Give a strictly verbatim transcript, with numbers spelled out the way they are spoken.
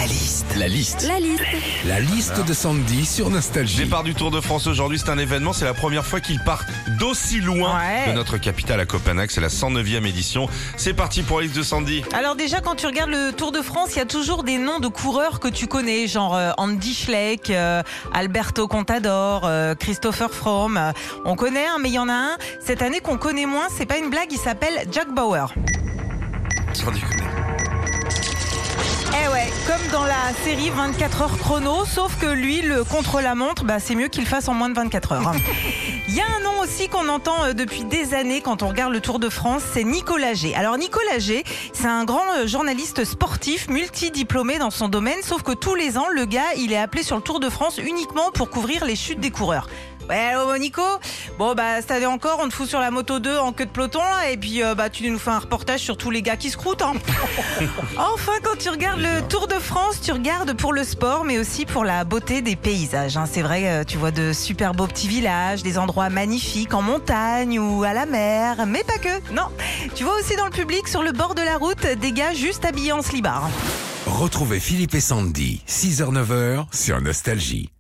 liste. La liste. La liste. La liste de Sandy sur Nostalgie. Départ du Tour de France aujourd'hui, c'est un événement, c'est la première fois qu'il part d'aussi loin Ouais. de notre capitale à Copenhague, c'est la cent neuvième édition. C'est parti pour la liste de Sandy. Alors déjà, quand tu regardes le Tour de France, il y a toujours des noms de coureurs que tu connais, genre euh, Andy Schleck, euh, Alberto Contador, euh, Christopher Froome. Euh, on connaît, hein, mais il y en a un cette année qu'on connaît moins. C'est pas une blague, il s'appelle Jack Bauer. Sans déconner. Eh ouais, comme dans la série vingt-quatre heures chrono, sauf que lui, le contre-la-montre, bah, c'est mieux qu'il le fasse en moins de vingt-quatre heures. Il y a un nom aussi qu'on entend euh, depuis des années quand on regarde le Tour de France, c'est Nicolas G. Alors Nicolas G, c'est un grand euh, journaliste sportif, multidiplômé dans son domaine, sauf que tous les ans, le gars, il est appelé sur le Tour de France uniquement pour couvrir les chutes des coureurs. Ouais, allô Nico. Bon bah cette année encore, on te fout sur la moto deux en queue de peloton là, et puis euh, bah tu nous fais un reportage sur tous les gars qui se croûtent. Hein. Enfin, quand tu regardes le Tour de France, tu regardes pour le sport, mais aussi pour la beauté des paysages. Hein. C'est vrai, euh, tu vois de super beaux petits villages, des endroits magnifiques en montagne ou à la mer, mais pas que. Non, tu vois aussi dans le public, sur le bord de la route, des gars juste habillés en slibard. Retrouvez Philippe et Sandy, six heures neuf heures sur Nostalgie.